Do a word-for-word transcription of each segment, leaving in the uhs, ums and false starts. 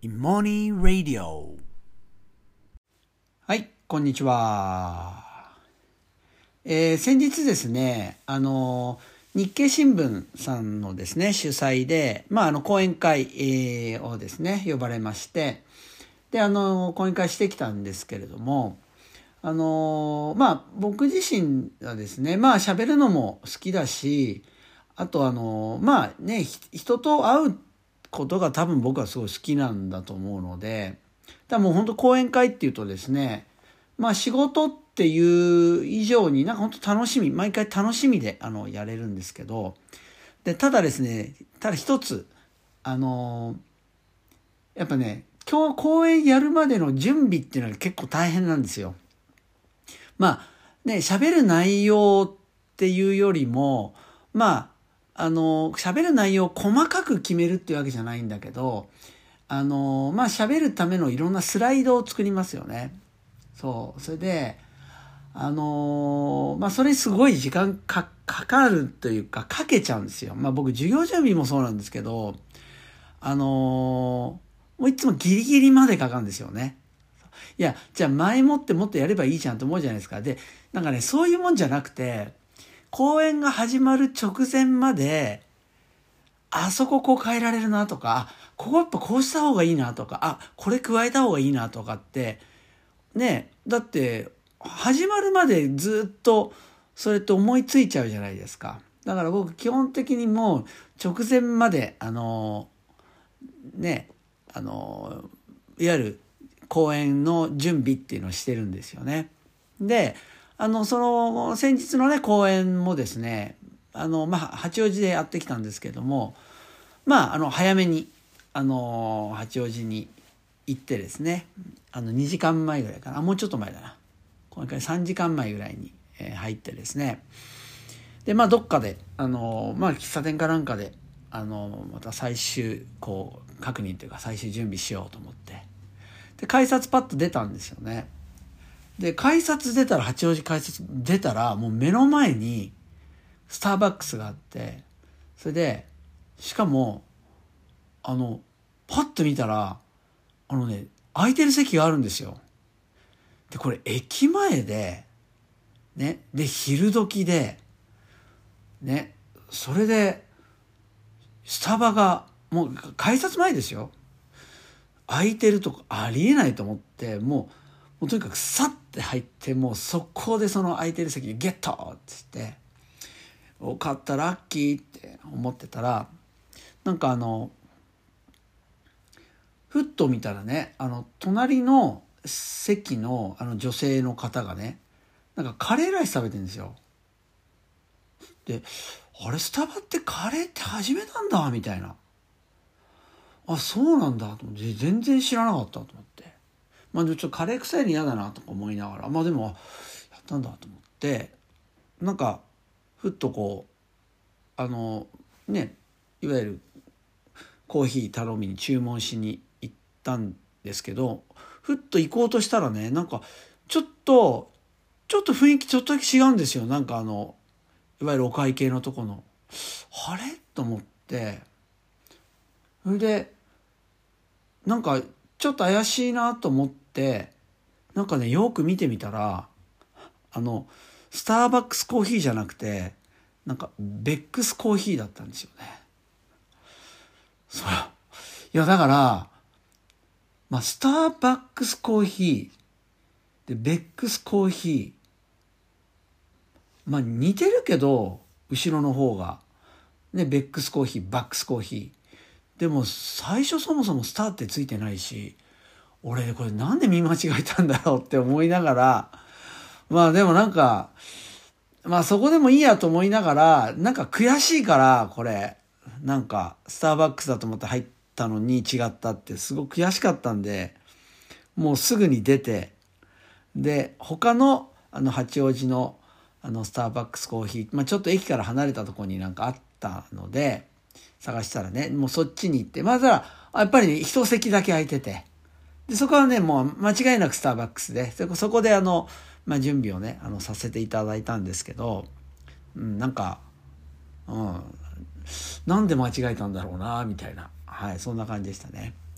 Imoni Radio。 はい、こんにちは。えー、先日ですね、あの日経新聞さんのですね主催で、まああの講演会、えー、をですね呼ばれまして、であの講演会してきたんですけれども、あのまあ僕自身はですね、まあ喋るのも好きだし、あとあのまあね人と会うことが多分僕はすごい好きなんだと思うので、だもう本当講演会っていうとですね、まあ仕事っていう以上になんか本当楽しみ、毎回楽しみであのやれるんですけど、でただですね、ただ一つあのやっぱね、今日講演やるまでの準備っていうのが結構大変なんですよ。まあね、喋る内容っていうよりも、まああの喋る内容を細かく決めるっていうわけじゃないんだけど、あのまあ喋るためのいろんなスライドを作りますよね。そうそれであのまあそれすごい時間かかかるというかかけちゃうんですよ。まあ僕授業準備もそうなんですけど、あのもういつもギリギリまでかかるんですよね。いやじゃあ前もってもっとやればいいじゃんと思うじゃないですか。でなんかね、そういうもんじゃなくて、講演が始まる直前まであそここう変えられるなとか、ここやっぱこうした方がいいなとか、あこれ加えた方がいいなとかってね、だって始まるまでずっとそれって思いついちゃうじゃないですか。だから僕基本的にもう直前まであのねあのいわゆる講演の準備っていうのをしてるんですよね。であのその先日のね講演もですね、あのまあ八王子でやってきたんですけども、まああの早めにあの八王子に行ってですね、あのにじかんまえぐらいかな、もうちょっと前だな、これからさんじかんまえぐらいに入ってですね、でまあどっかであのまあ喫茶店かなんかであのまた最終こう確認というか最終準備しようと思って、で改札パッと出たんですよね。で改札出たら八王子改札出たらもう目の前にスターバックスがあって、それでしかもあのパッと見たらあのね空いてる席があるんですよ。でこれ駅前でね、で昼時でね、それでスタバがもう改札前ですよ、空いてるとこありえないと思って、もう、もうとにかくさって入って、もう速攻でその空いてる席にゲットって言って、よかったラッキーって思ってたら、なんかあのふっと見たらね、あの隣の席のあの女性の方がね、なんかカレーライス食べてるんですよ。で、あれスタバってカレーって始めたんだみたいな、あそうなんだと思って、全然知らなかったと思って、まあちょっとカレー臭いの嫌だなとか思いながら、まあでもやったんだと思って、なんかふっとこうあのね、いわゆるコーヒー頼みに注文しに行ったんですけど、ふっと行こうとしたらね、なんかちょっとちょっと雰囲気ちょっとだけ違うんですよ。なんかあのいわゆるお会計のとこのあれと思って、それでなんかちょっと怪しいなと思って、なんかねよく見てみたら、あのスターバックスコーヒーじゃなくてなんかベックスコーヒーだったんですよね。そういやだからまあスターバックスコーヒーでベックスコーヒー、まあ似てるけど後ろの方がね、ベックスコーヒーバックスコーヒーでも最初そもそもスターってついてないし、俺これなんで見間違えたんだろうって思いながら、まあでもなんかまあそこでもいいやと思いながら、なんか悔しいから、これなんかスターバックスだと思って入ったのに違ったってすごく悔しかったんで、もうすぐに出て、で他のあの八王子のあのスターバックスコーヒー、まあ、ちょっと駅から離れたところになんかあったので探したらね、もうそっちに行って、まずはやっぱりね一席だけ空いてて、でそこはねもう間違いなくスターバックスで、そこであの、まあ、準備をねあのさせていただいたんですけど、うん、なんか、うん、なんで間違えたんだろうなみたいな、はい、そんな感じでしたね。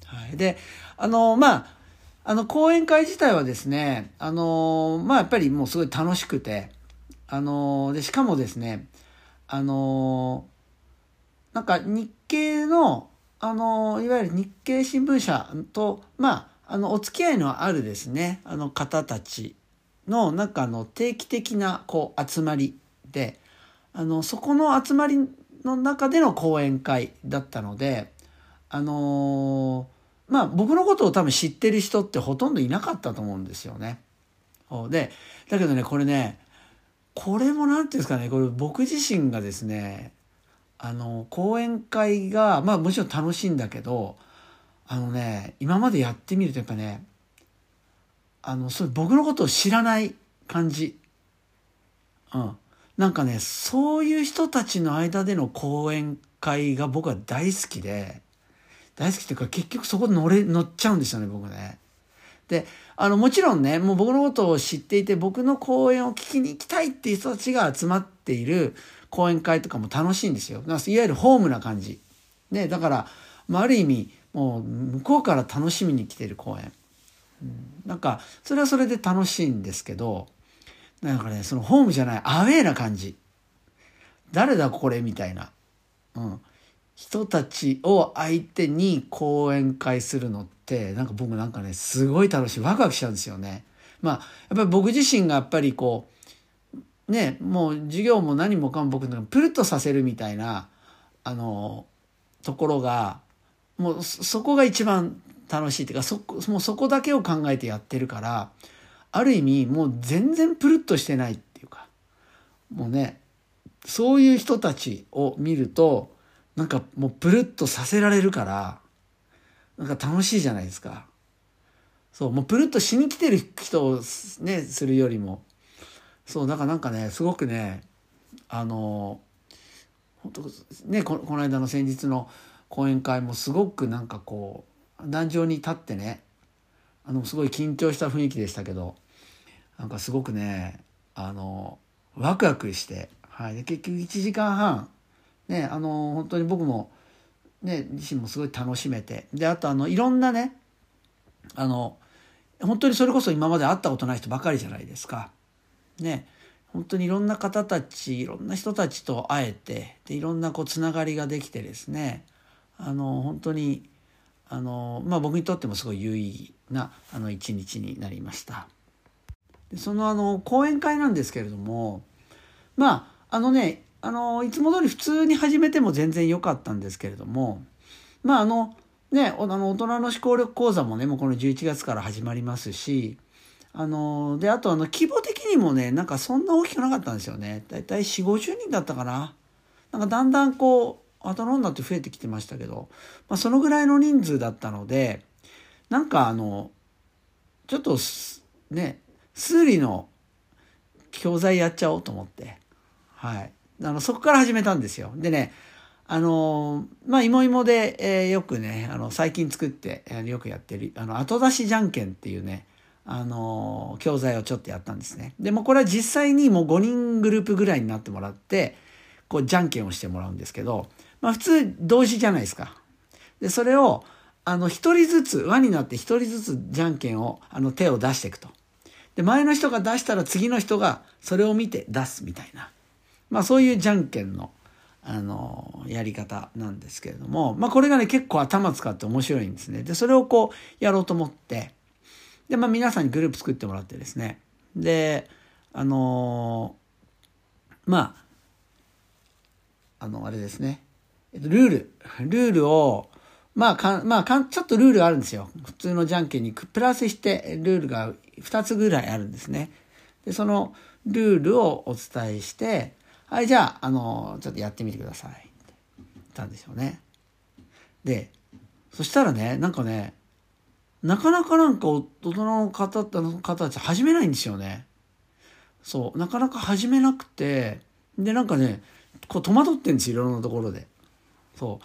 はい。で、あの、まあ、あの、講演会自体はですね、あの、まあ、やっぱりもうすごい楽しくて、あの、で、しかもですね、あの、なんか日系の、あの、いわゆる日系新聞社と、まあ、あの、お付き合いのあるですね、あの方たちの、なんかあの、定期的な、こう、集まりで、あの、そこの集まりの中での講演会だったので、あのまあ、僕のことを多分知ってる人ってほとんどいなかったと思うんですよね。で、だけどね、これね、これもなんていうんですかね、これ僕自身がですね、あの、講演会が、まあもちろん楽しいんだけど、あのね、今までやってみるとやっぱね、あの、それ僕のことを知らない感じ。うん。なんかね、そういう人たちの間での講演会が僕は大好きで、大好きっていうか結局そこ乗れ、乗っちゃうんですよね、僕ね。で、あの、もちろんね、もう僕のことを知っていて、僕の講演を聞きに行きたいっていう人たちが集まっている講演会とかも楽しいんですよ。いわゆるホームな感じ。ね、だから、まあ、ある意味、もう向こうから楽しみに来ている講演。うん、なんか、それはそれで楽しいんですけど、なんかね、そのホームじゃない、アウェーな感じ。誰だこれみたいな。うん。人たちを相手に講演会するのってなんか僕なんかねすごい楽しいワクワクしちゃうんですよね。まあやっぱり僕自身がやっぱりこうねもう授業も何もかも僕のプルッとさせるみたいなあのところがもうそこが一番楽しいっていうかそもうそこだけを考えてやってるからある意味もう全然プルッとしてないっていうかもうねそういう人たちを見るとなんかもうプルッとさせられるから、なんか楽しいじゃないですか。そう、もうプルッとしに来てる人をね、するよりも。そう、だからなんかね、すごくね、あの、本当ねこ、この間の先日の講演会もすごくなんかこう、壇上に立ってね、あの、すごい緊張した雰囲気でしたけど、なんかすごくね、あの、ワクワクして、はい。で結局いちじかんはん、ね、あの、本当に僕も、ね、自身もすごい楽しめて。で、あとあの、いろんなね、あの、本当にそれこそ今まで会ったことない人ばかりじゃないですか。ね、本当にいろんな方たち、いろんな人たちと会えて、で、いろんなこう、つながりができてですね、あの、本当に、あの、まあ僕にとってもすごい有意義な、あの、一日になりました。で、そのあの、講演会なんですけれども、まあ、あのね、あの、いつも通り普通に始めても全然良かったんですけれども、まあ、あの、ね、あの、大人の思考力講座もね、もうこのじゅういちがつから始まりますし、あの、で、あとあの、規模的にもね、なんかそんな大きくなかったんですよね。だいたいよん、ごじゅうにんだったかな。なんかだんだんこう、後のになって増えてきてましたけど、まあ、そのぐらいの人数だったので、なんかあの、ちょっとね、数理の教材やっちゃおうと思って、はい。あの、そこから始めたんですよ。でね、あの、まあ、いもいもで、えーよくね、あの、最近作って、えーよくやってる、あの、後出しじゃんけんっていうね、あの、教材をちょっとやったんですね。でもこれは実際にもうごにんグループぐらいになってもらって、こう、じゃんけんをしてもらうんですけど、まあ、普通、同時じゃないですか。で、それを、あの、一人ずつ、輪になって一人ずつじゃんけんを、あの、手を出していくと。で、前の人が出したら次の人がそれを見て出すみたいな。まあそういうじゃんけんの、あの、やり方なんですけれども、まあこれがね、結構頭使って面白いんですね。で、それをこう、やろうと思って、で、まあ皆さんにグループ作ってもらってですね。で、あの、まあ、あの、あれですね。ルール。ルールを、まあ、かん、まあ、かん、ちょっとルールがあるんですよ。普通のじゃんけんにプラスして、ルールがふたつぐらいあるんですね。で、そのルールをお伝えして、はい、じゃあ、あの、ちょっとやってみてください。って言ったんですよね。で、そしたらね、なんかね、なかなかなんか大人の方、あの方たち始めないんですよね。そう、なかなか始めなくて、で、なんかね、こう戸惑ってんですよ、いろんなところで。そう。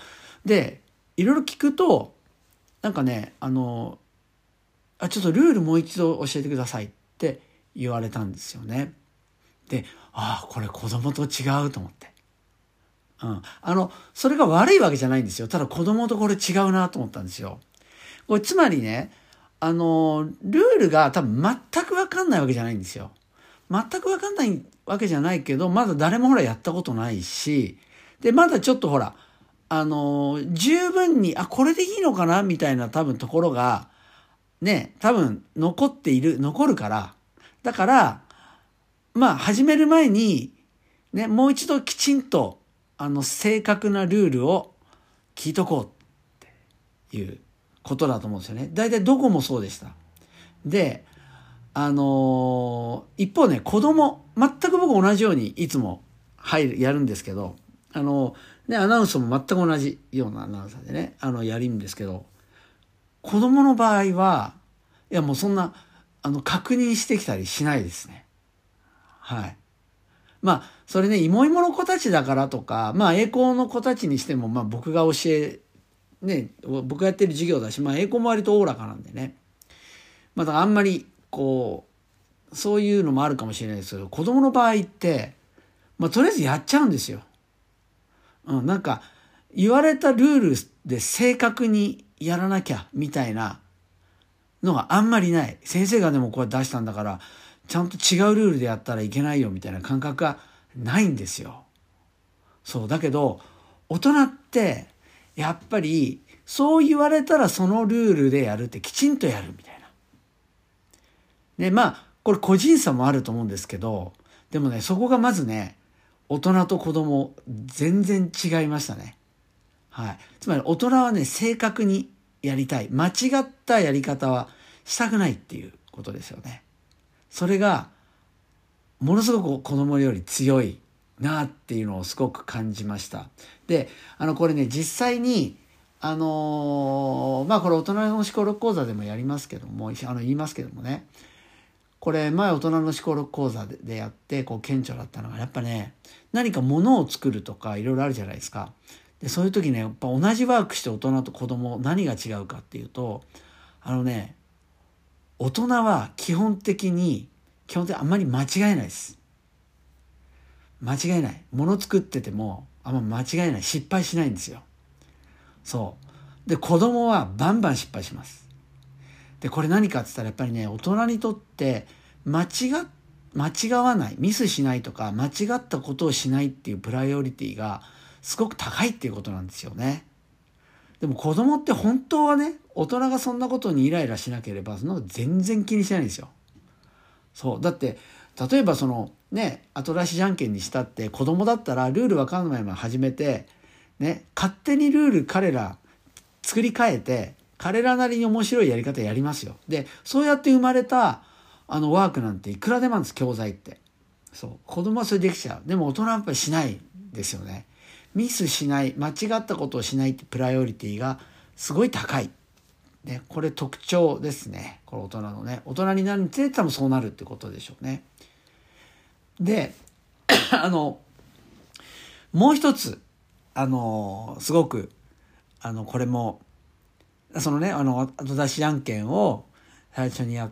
で、いろいろ聞くと、なんかね、あの、あ、ちょっとルールもう一度教えてくださいって言われたんですよね。で、ああ、これ子供と違うと思って。うん。あの、それが悪いわけじゃないんですよ。ただ子供とこれ違うなと思ったんですよ。 これつまりね、あの、ルールが多分全くわかんないわけじゃないんですよ。全くわかんないわけじゃないけど、まだ誰もほらやったことないし、で、まだちょっとほら、あの、十分に、あ、これでいいのかなみたいな多分ところが、ね、多分残っている、残るから、だから、まあ、始める前に、ね、もう一度きちんと、あの、正確なルールを聞いとこうっていうことだと思うんですよね。大体どこもそうでした。で、あのー、一方ね、子供、全く僕同じようにいつも入る、やるんですけど、あの、ね、アナウンスも全く同じようなアナウンサーでね、あの、やるんですけど、子供の場合は、いやもうそんな、あの、確認してきたりしないですね。はい。まあ、それね、芋芋の子たちだからとか、まあ、栄光の子たちにしても、まあ、僕が教え、ね、僕がやってる授業だし、まあ、栄光も割とおおらかなんでね。まあ、だからあんまり、こう、そういうのもあるかもしれないですけど、子供の場合って、まあ、とりあえずやっちゃうんですよ。うん、なんか、言われたルールで正確にやらなきゃ、みたいなのがあんまりない。先生がでもこれ出したんだから、ちゃんと違うルールでやったらいけないよ、みたいな感覚がないんですよ。そう。だけど、大人って、やっぱり、そう言われたらそのルールでやるってきちんとやるみたいな。で、まあ、これ個人差もあると思うんですけど、でもね、そこがまずね、大人と子供、全然違いましたね。はい。つまり大人はね、正確にやりたい。間違ったやり方はしたくないっていうことですよね。それが、ものすごく子供より強いなっていうのをすごく感じました。で、あの、これね、実際に、あのー、まあこれ大人の思考力講座でもやりますけども、あの言いますけどもね、これ前大人の思考力講座でやってこう顕著だったのがやっぱね、何か物を作るとかいろいろあるじゃないですか。でそういう時ね、やっぱ同じワークして大人と子供何が違うかっていうと、あのね、大人は基本的に基本的にあんまり間違えないです。間違えない。物作っててもあんま間違えない。失敗しないんですよ。そう。で子供はバンバン失敗します。でこれ何かって言ったらやっぱりね、大人にとって間違っ間違わない、ミスしないとか間違ったことをしないっていうプライオリティがすごく高いっていうことなんですよね。でも子供って本当はね、大人がそんなことにイライラしなければそんなこと全然気にしないんですよ。そうだって例えばそのね、後出しじゃんけんにしたって子供だったらルールわかんないまま始めてね、勝手にルール彼ら作り変えて彼らなりに面白いやり方やりますよ。でそうやって生まれたあのワークなんていくらでもあるんです、教材って。そう子供はそれできちゃう。でも大人はやっぱりしないですよね。ミスしない、間違ったことをしないってプライオリティがすごい高い。ね、これ特徴ですね。これ大人のね。大人になるにつれて多分そうなるってことでしょうね。で、あの、もう一つ、あの、すごく、あの、これも、そのね、あの、後出しじゃんけんを最初にやって、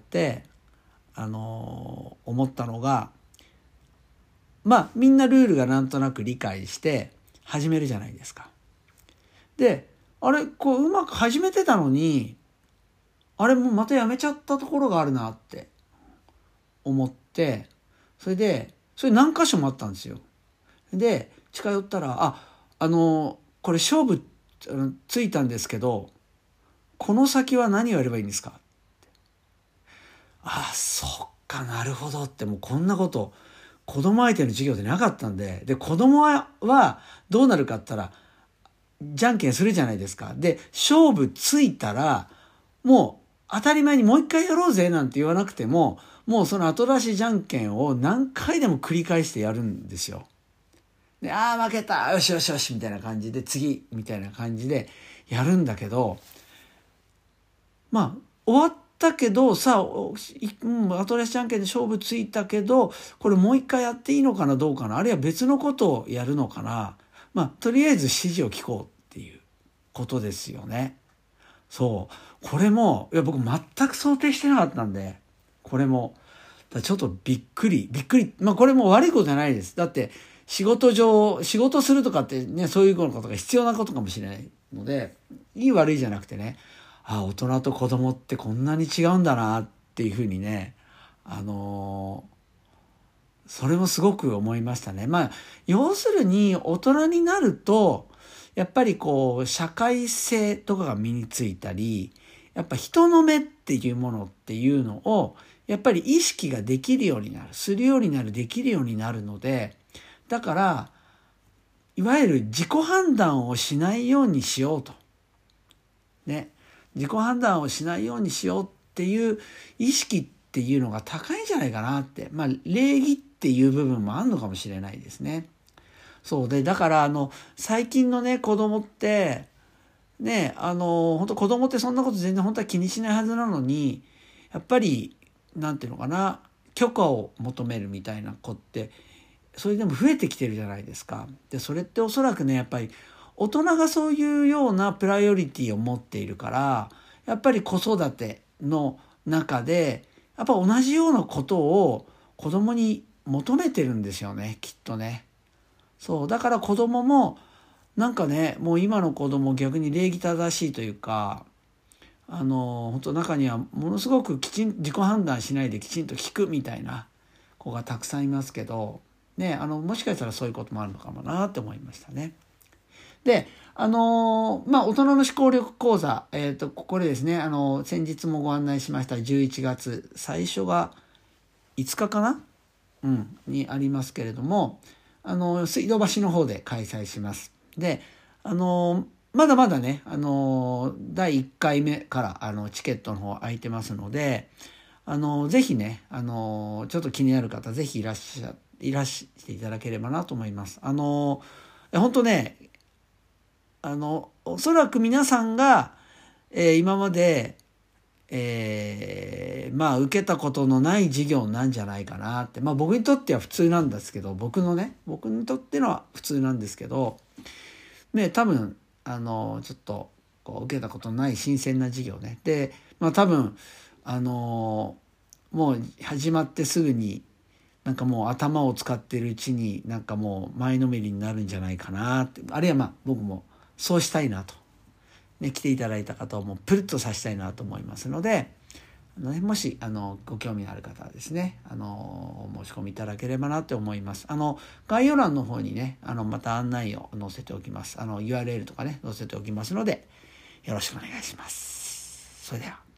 あの、思ったのが、まあ、みんなルールがなんとなく理解して始めるじゃないですか。で、あれ、こう、うまく始めてたのに、あれもうまたやめちゃったところがあるなって思って、それで、それ何箇所もあったんですよ。で、近寄ったら、あ、あの、これ勝負ついたんですけど、この先は何をやればいいんですかって。あ、そっか、なるほどって、もうこんなこと、子供相手の授業でなかったんで、で、子供は、はどうなるかって言ったら、じゃんけんするじゃないですか。で、勝負ついたら、もう当たり前にもう一回やろうぜなんて言わなくても、もうその後出しじゃんけんを何回でも繰り返してやるんですよ。で、ああ負けた、よしよしよしみたいな感じで、次みたいな感じでやるんだけど、まあ終わったけどさあ、うん、後出しじゃんけんで勝負ついたけど、これもう一回やっていいのかなどうかな、あるいは別のことをやるのかな、まあとりあえず指示を聞こうっていうことですよね。そうこれもいや僕全く想定してなかったんで、これもだちょっとびっくりびっくり。まあこれも悪いことじゃないです。だって仕事上仕事するとかってね、そういうことが必要なことかもしれないので、いい悪いじゃなくてね、 あ、大人と子供ってこんなに違うんだなっていうふうにね、あのー、それもすごく思いましたね。まあ要するに大人になるとやっぱりこう社会性とかが身についたり、やっぱ人の目っていうものっていうのをやっぱり意識ができるようになる、するようになる、できるようになるので、だからいわゆる自己判断をしないようにしようとね、自己判断をしないようにしようっていう意識っていうのが高いんじゃないかなって、まあ礼儀っていう部分もあるのかもしれないですね。そうで、だからあの最近のね子供ってね、あの本当子供ってそんなこと全然本当は気にしないはずなのに、やっぱりなんていうのかな、許可を求めるみたいな子ってそれでも増えてきてるじゃないですか。でそれっておそらくね、やっぱり大人がそういうようなプライオリティを持っているから、やっぱり子育ての中でやっぱ同じようなことを子供に求めてるんですよね、きっとね。そうだから子供もなんかね、もう今の子供逆に礼儀正しいというか、あの本当中にはものすごくきちん自己判断しないできちんと聞くみたいな子がたくさんいますけどね、あのもしかしたらそういうこともあるのかもなって思いましたね。で、あのまあ大人の思考力講座、えっとこれですね、あの先日もご案内しましたじゅういちがつ最初がいつかかな、うん、にありますけれども、あの水道橋の方で開催します。で、あのまだまだね、あのだいいっかいめからあのチケットの方空いてますので、あのぜひね、あのちょっと気になる方ぜひいらっしゃいらしていただければなと思います。あの本当ね、あのおそらく皆さんが、えー、今まで、えー、まあ受けたことのない授業なんじゃないかなって、まあ僕にとっては普通なんですけど、僕のね僕にとってのは普通なんですけどね、多分あのちょっとこう受けたことのない新鮮な授業ね。で、まあ多分あのもう始まってすぐになんかもう頭を使っているうちになんかもう前のめりになるんじゃないかなって、あるいはまあ僕もそうしたいなと、ね、来ていただいた方をもうプルッとさせたいなと思いますので、あの、ね、もしあのご興味のある方はですね、あのお申し込みいただければなと思います。あの概要欄の方にね、あのまた案内を載せておきます。あの ユーアールエル とかね載せておきますのでよろしくお願いします。それでは。